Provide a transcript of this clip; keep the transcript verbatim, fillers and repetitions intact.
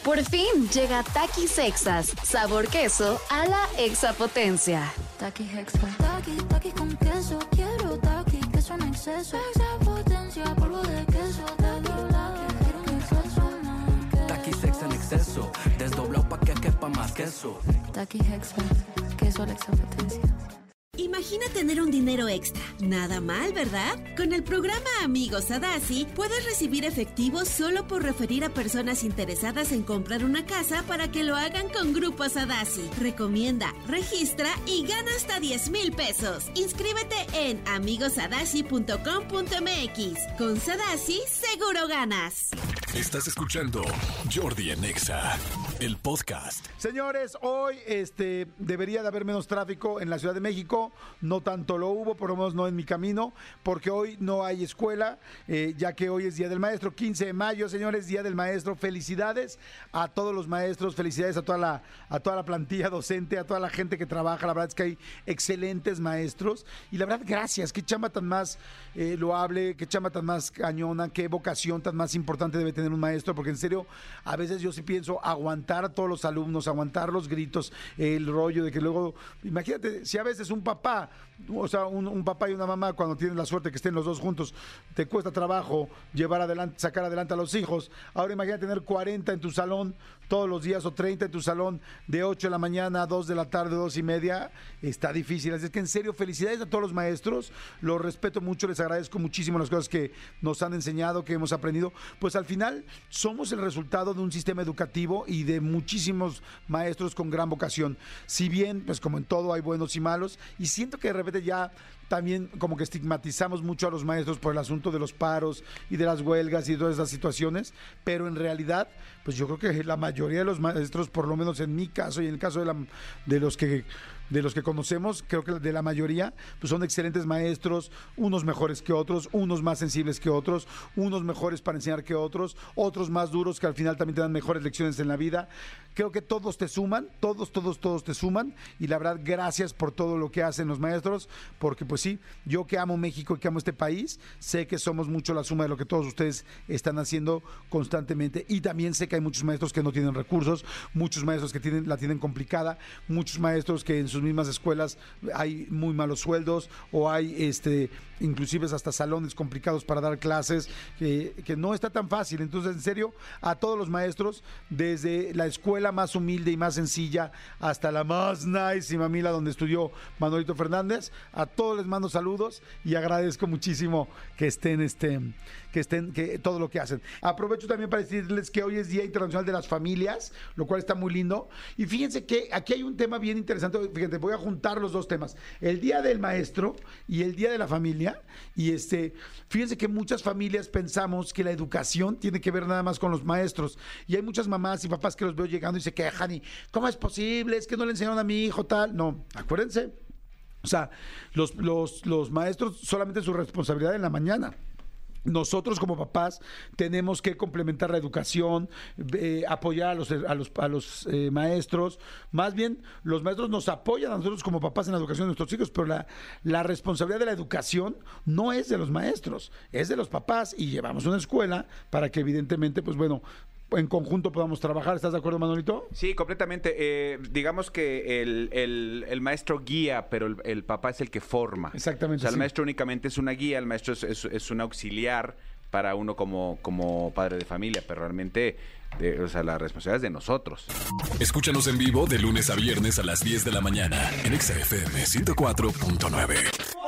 Por fin llega Takis Exas, sabor queso a la exapotencia. Takis Hexa. Takis, Takis con queso. Quiero Takis, queso en exceso. Exapotencia, polvo de queso. Takis, Takis, quiero un exceso más. Takis Hexa en exceso. Desdoblado pa' que quepa más queso. Takis Hexa, queso a la exapotencia. Imagina tener un dinero extra. Nada mal, ¿verdad? Con el programa Amigos Sadassi puedes recibir efectivo solo por referir a personas interesadas en comprar una casa para que lo hagan con Grupo Sadassi. Recomienda, registra y gana hasta diez mil pesos. Inscríbete en amigos sadassi punto com punto m x. Con Sadassi seguro ganas. Estás escuchando Jordi en Exa, el podcast. Señores, hoy este, debería de haber menos tráfico en la Ciudad de México. No tanto lo hubo, por lo menos no en mi camino, porque hoy no hay escuela, eh, ya que hoy es Día del Maestro, quince de mayo, señores, Día del Maestro. Felicidades a todos los maestros, felicidades a toda la, a toda la plantilla docente, a toda la gente que trabaja. La verdad es que hay excelentes maestros y la verdad, gracias. Qué chamba tan más eh, loable, qué chamba tan más cañona, qué vocación tan más importante debe tener un maestro, porque en serio, a veces yo sí pienso aguantar a todos los alumnos, aguantar los gritos, el rollo de que luego, imagínate, si a veces un papá, o sea, un, un papá y una mamá, cuando tienen la suerte que estén los dos juntos, te cuesta trabajo llevar adelante, sacar adelante a los hijos. Ahora imagínate tener cuarenta en tu salón todos los días o treinta en tu salón de ocho de la mañana a dos de la tarde, dos y media, está difícil. Así es que en serio, felicidades a todos los maestros, los respeto mucho, les agradezco muchísimo las cosas que nos han enseñado, que hemos aprendido. Pues al final somos el resultado de un sistema educativo y de muchísimos maestros con gran vocación. Si bien, pues como en todo hay buenos y malos, y siento que de repente ya también como que estigmatizamos mucho a los maestros por el asunto de los paros y de las huelgas y todas esas situaciones, pero en realidad, pues yo creo que la mayoría de los maestros, por lo menos en mi caso y en el caso de, la, de los que de los que conocemos, creo que de la mayoría, pues son excelentes maestros, unos mejores que otros, unos más sensibles que otros, unos mejores para enseñar que otros, otros más duros que al final también te dan mejores lecciones en la vida. Creo que todos te suman, todos, todos, todos te suman, y la verdad, gracias por todo lo que hacen los maestros, porque pues sí, yo que amo México y que amo este país, sé que somos mucho la suma de lo que todos ustedes están haciendo constantemente, y también sé que hay muchos maestros que no tienen recursos, muchos maestros que tienen, la tienen complicada, muchos maestros que en sus mismas escuelas hay muy malos sueldos, o hay este inclusive hasta salones complicados para dar clases, que, que no está tan fácil. Entonces, en serio, a todos los maestros, desde la escuela más humilde y más sencilla hasta la más nice y mamila donde estudió Manolito Fernández, a todos les mando saludos y agradezco muchísimo que estén este que estén, que todo lo que hacen. Aprovecho también para decirles que hoy es Día Internacional de las Familias, lo cual está muy lindo. Y fíjense que aquí hay un tema bien interesante. Fíjense, voy a juntar los dos temas: el Día del Maestro y el Día de la Familia. Y este, fíjense que muchas familias pensamos que la educación tiene que ver nada más con los maestros. Y hay muchas mamás y papás que los veo llegando y se quejan, y ¿cómo es posible? Es que no le enseñaron a mi hijo tal. No, acuérdense. O sea, los, los, los maestros solamente su responsabilidad en la mañana. Nosotros como papás tenemos que complementar la educación, eh, apoyar a los, a los, a los eh, maestros. Más bien, los maestros nos apoyan a nosotros como papás en la educación de nuestros hijos, pero la, la responsabilidad de la educación no es de los maestros, es de los papás, y llevamos una escuela para que evidentemente, pues bueno, en conjunto podamos trabajar. ¿Estás de acuerdo, Manolito? Sí, completamente. Eh, digamos que el, el, el maestro guía, pero el, el papá es el que forma. Exactamente. O sea, el sí. maestro únicamente es una guía, el maestro es, es, es un auxiliar para uno como, como padre de familia, pero realmente de, o sea, la responsabilidad es de nosotros. Escúchanos en vivo de lunes a viernes a las diez de la mañana en Exa F M ciento cuatro punto nueve.